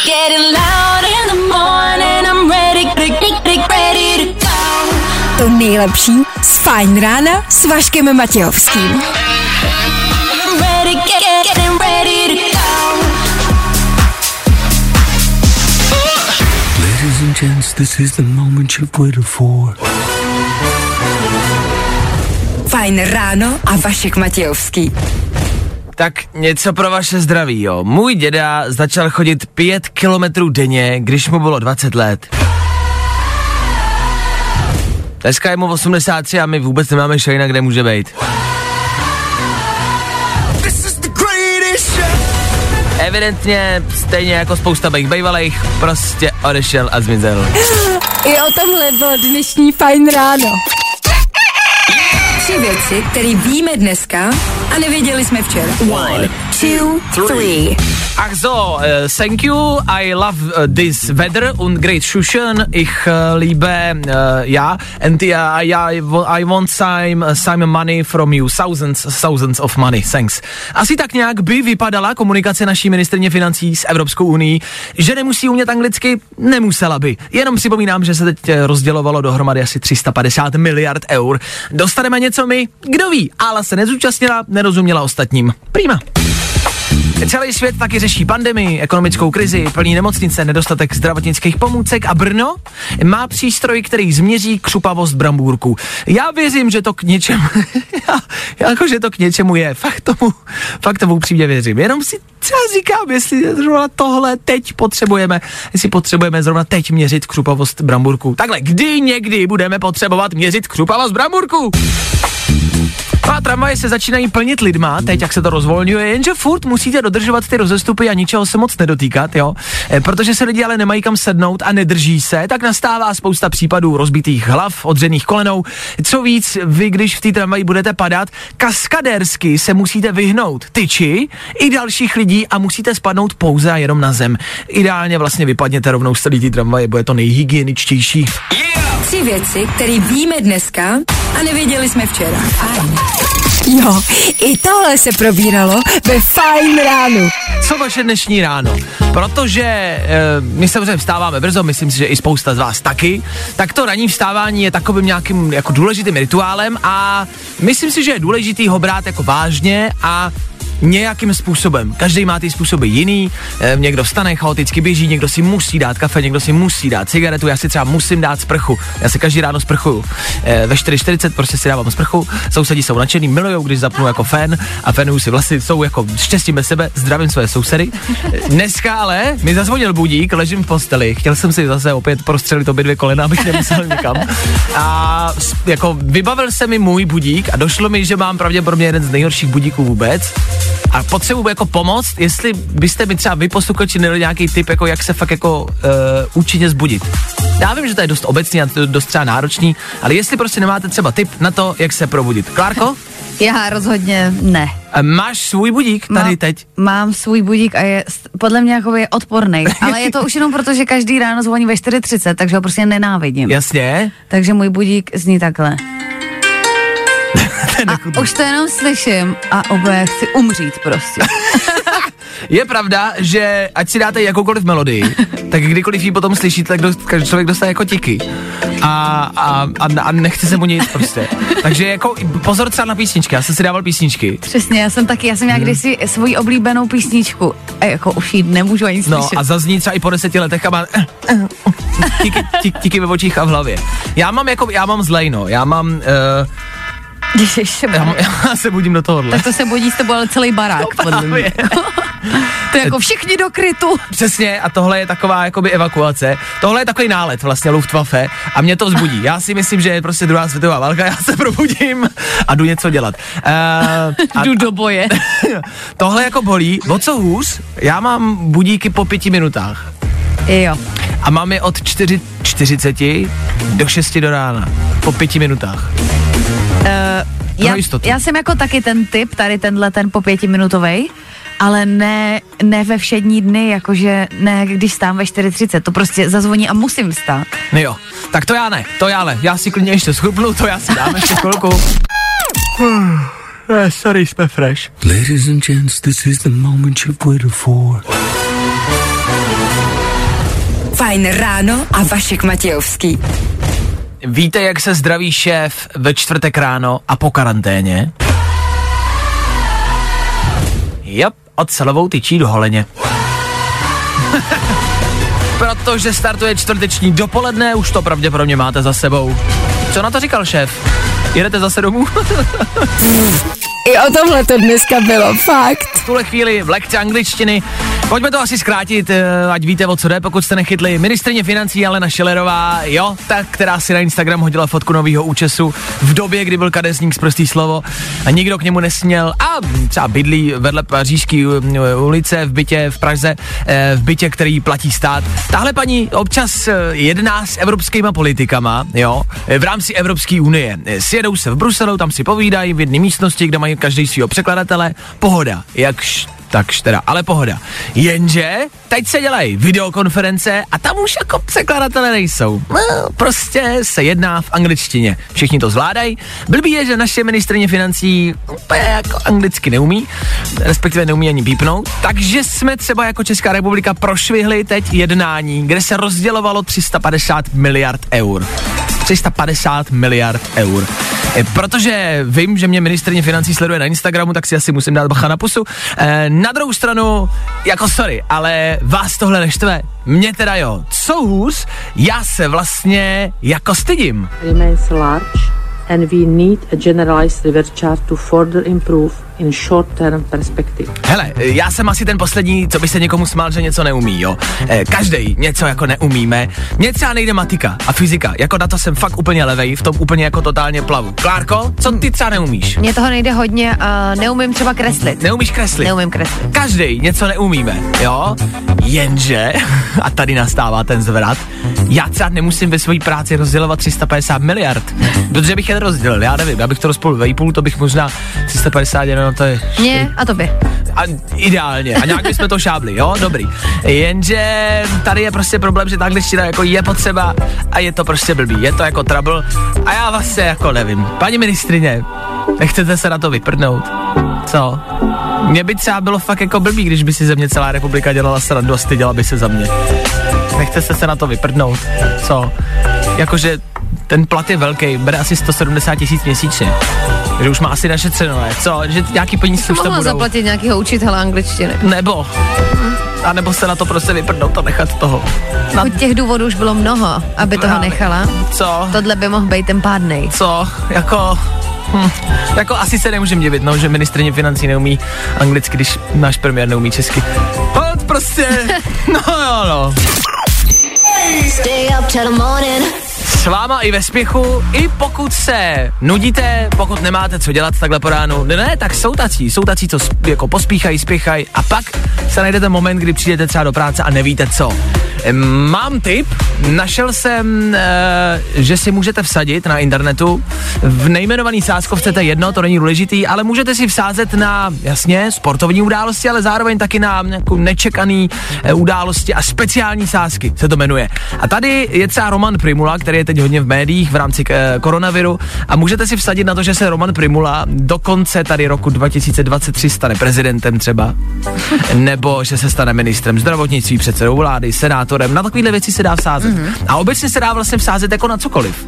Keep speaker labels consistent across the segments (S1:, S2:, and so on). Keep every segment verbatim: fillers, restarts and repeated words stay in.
S1: To nejlepší z Fajn rána s Vaškem Matějovským.
S2: Ladies and gents, this is the moment you've waited for.
S1: Fajn ráno a Vašek Matějovský.
S3: Tak něco pro vaše zdraví, jo. Můj děda začal chodit pět kilometrů denně, když mu bylo dvacet let. Dneska je mu osmdesát tři a my vůbec nemáme šajna, kde může být. Evidentně, stejně jako spousta mých bejvalejch, prostě odešel a zmizel.
S1: I o tomhle bylo dnešní Fajn ráno. Tři věci, které víme dneska a nevěděli jsme včera. One, two, three.
S3: Ach so, uh, thank you, I love uh, this weather und great Shushan, ich uh, liebe uh, ja, and uh, I, I want some, some money from you, thousands, thousands of money, thanks. Asi tak nějak by vypadala komunikace naší ministryně financí s Evropskou unií, že nemusí umět anglicky, nemusela by. Jenom připomínám, že se teď rozdělovalo dohromady asi tři sta padesát miliard eur. Dostaneme něco my, kdo ví, ale se nezúčastnila, nerozuměla ostatním. Prima. Celý svět taky řeší pandemii, ekonomickou krizi, plný nemocnice, nedostatek zdravotnických pomůcek a Brno má přístroj, který změří křupavost brambůrků. Já věřím, že to k něčemu, jako že to k něčemu je, fakt tomu, fakt tomu upřímně věřím. Jenom si třeba říkám, jestli zrovna tohle teď potřebujeme, jestli potřebujeme zrovna teď měřit křupavost brambůrků. Takhle, kdy někdy budeme potřebovat měřit křupavost brambůrků? No a tramvaje se začínají plnit lidma, teď jak se to rozvolňuje, jenže furt musíte dodržovat ty rozestupy a ničeho se moc nedotýkat, jo. E, protože se lidi ale nemají kam sednout a nedrží se, tak nastává spousta případů rozbitých hlav, odřených kolenou. Co víc, vy když v té tramvaji budete padat, kaskadérsky se musíte vyhnout tyči i dalších lidí a musíte spadnout pouze a jenom na zem. Ideálně vlastně vypadněte rovnou z celý té tramvaje, bude to nejhygieničtější.
S1: Yeah! Tři věci, které víme dneska a nevěděli jsme včera. Fajn. Jo, i tohle se probíralo ve Fajn ránu.
S3: Co vaše dnešní ráno? Protože e, my samozřejmě vstáváme brzo, myslím si, že i spousta z vás taky, tak to ranní vstávání je takovým nějakým jako důležitým rituálem a myslím si, že je důležitý ho brát jako vážně a nějakým způsobem. Každý má ty způsoby jiný, e, někdo vstane, chaoticky běží, někdo si musí dát kafe, někdo si musí dát cigaretu, já si třeba musím dát sprchu. Já si každý ráno sprchuju. E, ve čtyři čtyřicet prostě si dávám sprchu, sousedí jsou nadšený, milujou, když zapnu jako fén a fénuju si vlasy, jsou jako štěstím bez sebe, zdravím své sousedy. Dneska ale mi zazvonil budík, ležím v posteli, chtěl jsem si zase opět prostřelit obě dvě kolena, abych nemusel nikam. A jako vybavil se mi můj budík a došlo mi, že mám pravděpodobně jeden z nejhorších budíků vůbec. A potřebuji jako pomoct, jestli byste mi třeba vy posluchači nedali nějaký tip, jako jak se fakt jako uh, účinně zbudit. Já vím, že to je dost obecný a to je dost třeba náročný, ale jestli prostě nemáte třeba tip na to, jak se probudit. Klárko?
S4: Já rozhodně ne.
S3: A máš svůj budík tady Má, teď?
S4: Mám svůj budík a je podle mě jako je odporný, ale je to už jenom proto, že každý ráno zvoní ve čtyři třicet, takže ho prostě nenávidím.
S3: Jasně.
S4: Takže můj budík zní takhle. A už to jenom slyším a úplně chci umřít prostě.
S3: Je pravda, že ať si dáte jakoukoliv melodii, tak kdykoliv ji potom slyšíte, tak dost, člověk dostane jako tiky. A, a, a, a nechce se mu nic prostě. Takže jako pozor třeba na písničky, já jsem si dával písničky.
S4: Přesně, já jsem taky, já jsem měla hmm. kdysi svoji oblíbenou písničku a jako už ji nemůžu ani slyšet.
S3: No a zazní třeba i po deseti letech a má tiky, tiky, tiky ve očích a v hlavě. Já mám jako, já mám zlej, no, já mám... Uh, já, já se budím do tohohle.
S4: Tak to se budí s tebou ale celý barák.
S3: No,
S4: to je jako všichni do krytu.
S3: Přesně, a tohle je taková jakoby evakuace. Tohle je takový nálet vlastně Luftwaffe a mě to vzbudí. Já si myslím, že je prostě druhá světová válka, já se probudím a jdu něco dělat. Uh,
S4: jdu do boje.
S3: Tohle jako bolí. O co hůř? Já mám budíky po pěti minutách.
S4: Jo.
S3: A mám je od čtyři čtyřicet do šesti do rána. Po pěti minutách.
S4: Uh, já, já jsem jako taky ten typ, tady tenhle ten po pětiminutovej, ale ne, ne ve všední dny, jakože ne, když stám ve čtyři třicet, to prostě zazvoní a musím vstát.
S3: No jo, tak to já ne, to já ne, já si klidně ještě schrupnu, to já si dám ještě chvilku. eh, sorry, jsme fresh.
S2: Ladies and gents, this is the moment you've waited for.
S1: Fajn ráno a Vašek Matějovský.
S3: Víte, jak se zdraví šéf ve čtvrtek ráno a po karanténě? Jop, ocelovou tyčí do holeně. Protože startuje čtvrteční dopoledne, už to pravděpodobně máte za sebou. Co na to říkal šéf? Jedete zase domů?
S1: I o tomhle to dneska bylo, fakt.
S3: V tuhle chvíli v lekci angličtiny. Pojďme to asi zkrátit, ať víte, o co jde, pokud jste nechytli. Ministryně financí Alena Schillerová, jo, ta, která si na Instagram hodila fotku novýho účesu v době, kdy byl kadeřník z prostý slovo a nikdo k němu nesměl a třeba bydlí vedle Pařížské ulice v bytě v Praze, v bytě, který platí stát. Tahle paní občas jedná s evropskýma politikama, jo, v rámci Evropské unie. Sjedou se v Bruselu, tam si povídají v jedné místnosti, kde mají každý svýho překladatele. Pohoda, jakž takž teda, ale pohoda. Jenže teď se dělají videokonference a tam už jako překladatelé nejsou. No, prostě se jedná v angličtině. Všichni to zvládají. Blbý je, že naše ministryně financí úplně jako anglicky neumí, respektive neumí ani pípnout. Takže jsme třeba jako Česká republika prošvihli teď jednání, kde se rozdělovalo tři sta padesát miliard eur. tři sta padesát miliard eur. Protože vím, že mě ministryně financí sleduje na Instagramu, tak si asi musím dát bacha na pusu. E, na druhou stranu, jako sorry, ale vás tohle neštve. Mě teda jo. Co hůř, já se vlastně jako stydím.
S5: Remains large and we need a generalized reverse charge to further improve in short-term perspective.
S3: Hele, já jsem asi ten poslední, co by se někomu smál, že něco neumí, jo. E, každej něco jako neumíme. Mně třeba nejde matika a fyzika, jako na to jsem fakt úplně levej, v tom úplně jako totálně plavu. Klárko, co ty třeba neumíš?
S4: Mně toho nejde hodně, uh, neumím třeba kreslit.
S3: Neumíš kreslit?
S4: Neumím kreslit.
S3: Každej něco neumíme, jo. Jenže, a tady nastává ten zvrat, já třeba nemusím ve své práci rozdělovat tři sta padesát miliard, protože bych je rozdělil, já nevím, já bych to rozpolil ve půl, to bych možná tři sta padesát, no to je...
S4: Mně a tobě.
S3: A ideálně, a nějak bychom to šábli, jo, dobrý. Jenže tady je prostě problém, že ta angličtina jako je potřeba a je to prostě blbý, je to jako trouble a já vlastně jako nevím. Paní ministrině, nechcete se na to vyprdnout? Co? Mně by třeba bylo fakt jako blbý, když by si ze mě celá republika dělala srandu a styděla by se za mě. Nechcete se na to vyprdnout? Co? Jakože ten plat je velký, bere asi sto sedmdesát tisíc měsíčně. Že už má asi našetřeno, ne? Co? Že nějaký peníze už tam budou.
S4: Zaplatit nějakého učitele angličtiny.
S3: Nebo. A nebo se na to prostě vyprdnout a nechat toho. Na...
S4: Těch důvodů už bylo mnoho, aby toho nechala.
S3: Co?
S4: Tohle by mohl být ten pádnej.
S3: Co? Jako... Hm. Jako asi se nemůžem divit, no, že ministryně financí neumí anglicky, když náš premiér neumí česky. Hold prostě. No jo, no. S váma i ve spěchu, i pokud se nudíte, pokud nemáte co dělat takhle po ránu, ne, ne, tak jsou tací, jsou tací, co jako pospíchají, spěchají a pak se najdete moment, kdy přijdete třeba do práce a nevíte co. Mám tip, našel jsem, e, že si můžete vsadit na internetu, v nejmenovaný sázkovce, to je jedno, to není důležitý, ale můžete si vsázet na, jasně, sportovní události, ale zároveň taky na nějakou nečekaný e, události a speciální sázky se to jmenuje. A tady je třeba Roman Primula, který je teď hodně v médiích v rámci e, koronaviru a můžete si vsadit na to, že se Roman Primula do konce tady roku dva tisíce dvacet tři stane prezidentem třeba, nebo že se stane ministrem zdravotnictví, předsedou vlády, senátorem. Na takovýhle věci se dá vsázet. Mm-hmm. A obecně se dá vlastně vsázet jako na cokoliv.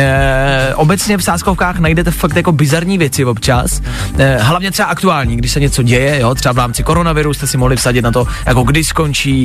S3: E, obecně v sázkovkách najdete fakt jako bizarní věci občas. E, hlavně třeba aktuální, když se něco děje, jo, třeba v rámci koronaviru jste si mohli vsadit na to, jako kdy skončí.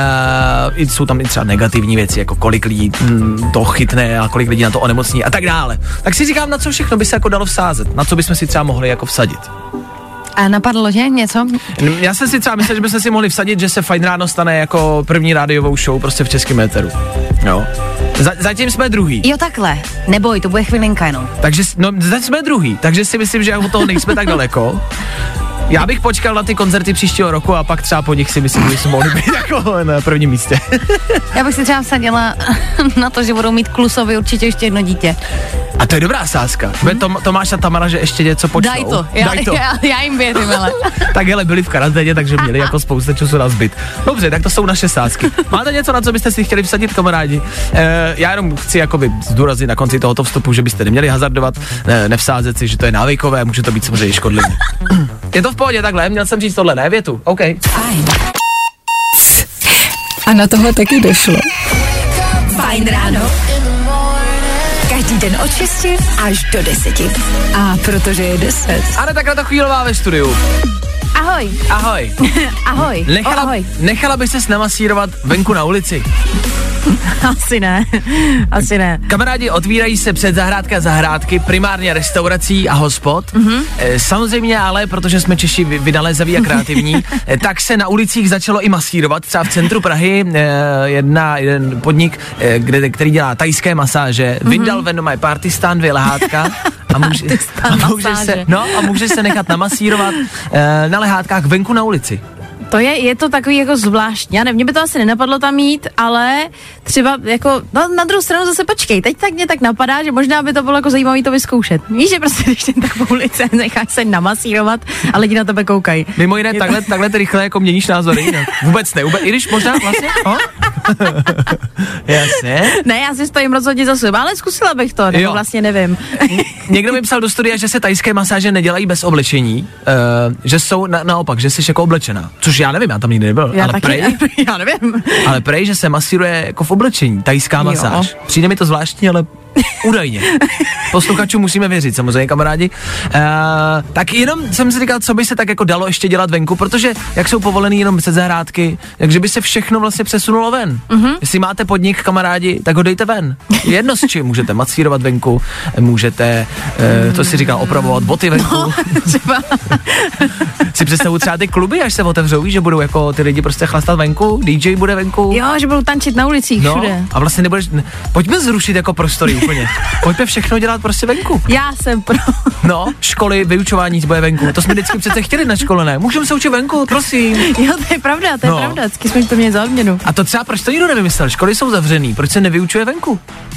S3: E, jsou tam i třeba negativní věci, jako kolik lidí mm, to chytne a kolik lidí na to onemocní a tak dále. Tak si říkám, na co všechno by se jako dalo vsázet. Na co bychom si třeba mohli jako vsadit.
S4: A napadlo tě něco?
S3: Já jsem si třeba myslel, že bychom si mohli vsadit, že se Fajn ráno stane jako první rádiovou show prostě v českém éteru. Jo. Za, zatím jsme druhý.
S4: Jo, takhle. Neboj, to bude chvilinka jenom.
S3: Takže, no, zatím jsme druhý, takže si myslím, že od toho nejsme tak daleko. Já bych počkal na ty koncerty příštího roku a pak třeba po nich si myslím, že jsme mohli být jako na prvním místě.
S4: Já bych si třeba vsadila na to, že budou mít Klusovi určitě ještě jedno dítě.
S3: A to je dobrá sázka. Hmm? Tom, Tomáš a Tamara, že ještě něco počnou.
S4: Daj to, já,
S3: Daj to.
S4: já, já jim věřím, ale.
S3: Tak hele, byli v karanténě, takže měli jako spousta času na zbyt. Dobře, tak to jsou naše sázky. Máte něco, na co byste si chtěli vsadit, kamarádi? E, já jenom chci jakoby zdůraznit na konci tohoto vstupu, že byste neměli hazardovat, ne, nevsázet si, že to je návykové, může to být samozřejmě škodlivé. Je to v pohodě takhle, měl jsem říct tohle, ne větu? OK.
S1: Fajn. A na tohle taky došlo. Fajn ráno. Každý den od šesti až do deseti. A protože je deset.
S3: Aneta Kratochvílová ve studiu.
S4: Ahoj.
S3: Ahoj.
S4: Ahoj.
S3: Nechala,
S4: oh, ahoj.
S3: nechala by ses namasírovat venku na ulici?
S4: Asi ne. Asi ne.
S3: Kamarádi, otvírají se před zahrádky a zahrádky, primárně restaurací a hospod. Mm-hmm. E, samozřejmě ale, protože jsme Češi vynalézaví a kreativní, e, tak se na ulicích začalo i masírovat. Třeba v centru Prahy e, jedna, jeden podnik, e, kde, který dělá tajské masáže, mm-hmm. vyndal ven mé partystán, dvě lehátka a může, a, může se, no, a může se nechat namasírovat e, na lehátkách venku na ulici.
S6: To je, je to takový jako zvláštní. Já nevím, mě by to asi nenapadlo tam jít, ale třeba jako, no na druhou stranu zase počkej, teď tak mě tak napadá, že možná by to bylo jako zajímavý to vyzkoušet. Víš, že prostě když jen tak po ulici necháš se namasírovat a lidi na tebe koukají.
S3: Mimo jiné, takhle, takhle ty rychle jako měníš názory, no. Vůbec ne, vůbec, i když možná vlastně, oh? Jasně.
S6: Ne, já si stojím rozhodně za sebou, ale zkusila bych to, nebo jo. Vlastně nevím.
S3: Někdo mi psal do studia, že se tajské masáže nedělají bez oblečení, uh, že jsou na, naopak, že jsi jako oblečená, což já nevím, já tam nikdy nebyl,
S6: já
S3: ale
S6: taky,
S3: prej,
S6: já nevím.
S3: Ale prej, že se masíruje jako v oblečení, tajská masáž. Jo. Přijde mi to zvláštní, ale údajně. Posluchačům musíme věřit, samozřejmě, kamarádi. Uh, tak jenom jsem si říkal, co by se tak jako dalo ještě dělat venku, protože jak jsou povolený jenom před zahrádky, takže by se všechno vlastně přesunulo ven. Uh-huh. Jestli máte podnik, kamarádi, tak ho dejte ven. Jedno s čím, můžete masírovat venku, můžete, uh, to si říkal, opravovat boty venku. No, třeba. Si představuji třeba ty kluby, až se otevřou, že budou jako ty lidi prostě chlastat venku, dý džej bude venku.
S6: Jo, že budou tančit na ulicích
S3: no,
S6: všude.
S3: A vlastně nebudeš, ne, pojďme zrušit jako prostory úplně. Pojďme všechno dělat prostě venku.
S6: Já jsem pro.
S3: No, školy, vyučování bude venku. To jsme vždycky přece chtěli na škole, ne? Můžeme se učit venku, prosím.
S6: Jo, to je pravda, to je no. pravda. Vždycky jsme to měli za odměnu.
S3: A to třeba, proč to nikdo nevymyslel? Školy jsou zavřený, proč se nevyučuje venku?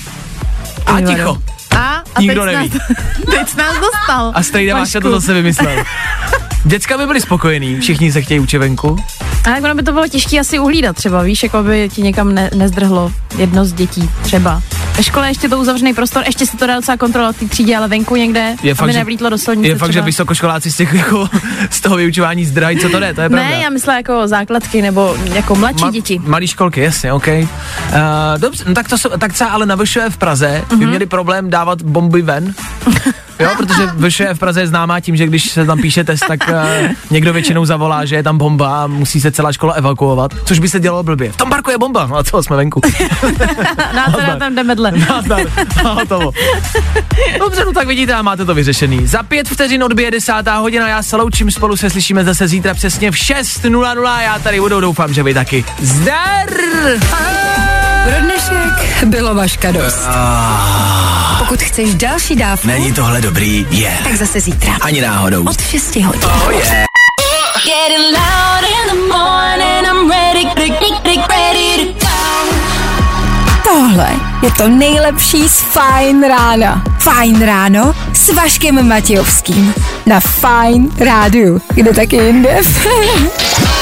S3: A ticho.
S6: A, a
S3: nikdo
S6: teď
S3: neví.
S6: Nás, teď jsi nás dostal.
S3: A strejda Vaška to zase vymyslel. Děcka by byli spokojení, všichni se chtějí učit venku.
S6: A jak ono by to bylo těžké asi uhlídat třeba, víš, jako by ti někam ne, nezdrhlo jedno z dětí třeba. Ve škole ještě to uzavřený prostor, ještě se to dá docela kontrolovat v té třídě, ale venku někde, je aby fakt, nevlítlo do silnice.
S3: Je fakt, třeba. Že vysokoškoláci z, těch, jako, z toho vyučování zdrhají, co to jde, to je pravda.
S6: Ne, já myslím jako základky nebo jako mladší Ma, děti.
S3: Malý školky, jasně, OK. Uh, dobře, no tak, to jsou, tak třeba ale na V Š V v Praze uh-huh. by měli problém dávat bomby ven. Jo, protože V Š V v Praze je známá tím, že když se tam píše test, tak uh, někdo většinou zavolá, že je tam bomba a musí se celá škola evakuovat, což by se dělalo blbě. V tom parku je bomba, no a co, jsme venku.
S6: Názdar, tam jdeme dle.
S3: Názdar, hotovo. Dobře, no tak vidíte a máte to vyřešený. Za pět vteřin odbije desátá hodina, já se loučím, spolu se slyšíme zase zítra přesně v šest nula nula, já tady budu, doufám, že vy taky. Zdar!
S1: Pro dnešek bylo Vaška dost. Pokud chceš další dávku,
S2: není tohle dobrý, je. Yeah.
S1: Tak zase zítra.
S2: Ani náhodou.
S1: Od šesti hodin.
S2: Oh yeah.
S1: Tohle je to nejlepší z Fajn rána. Fajn ráno s Vaškem Matějovským. Na Fajn rádiu. Kde taky jinde?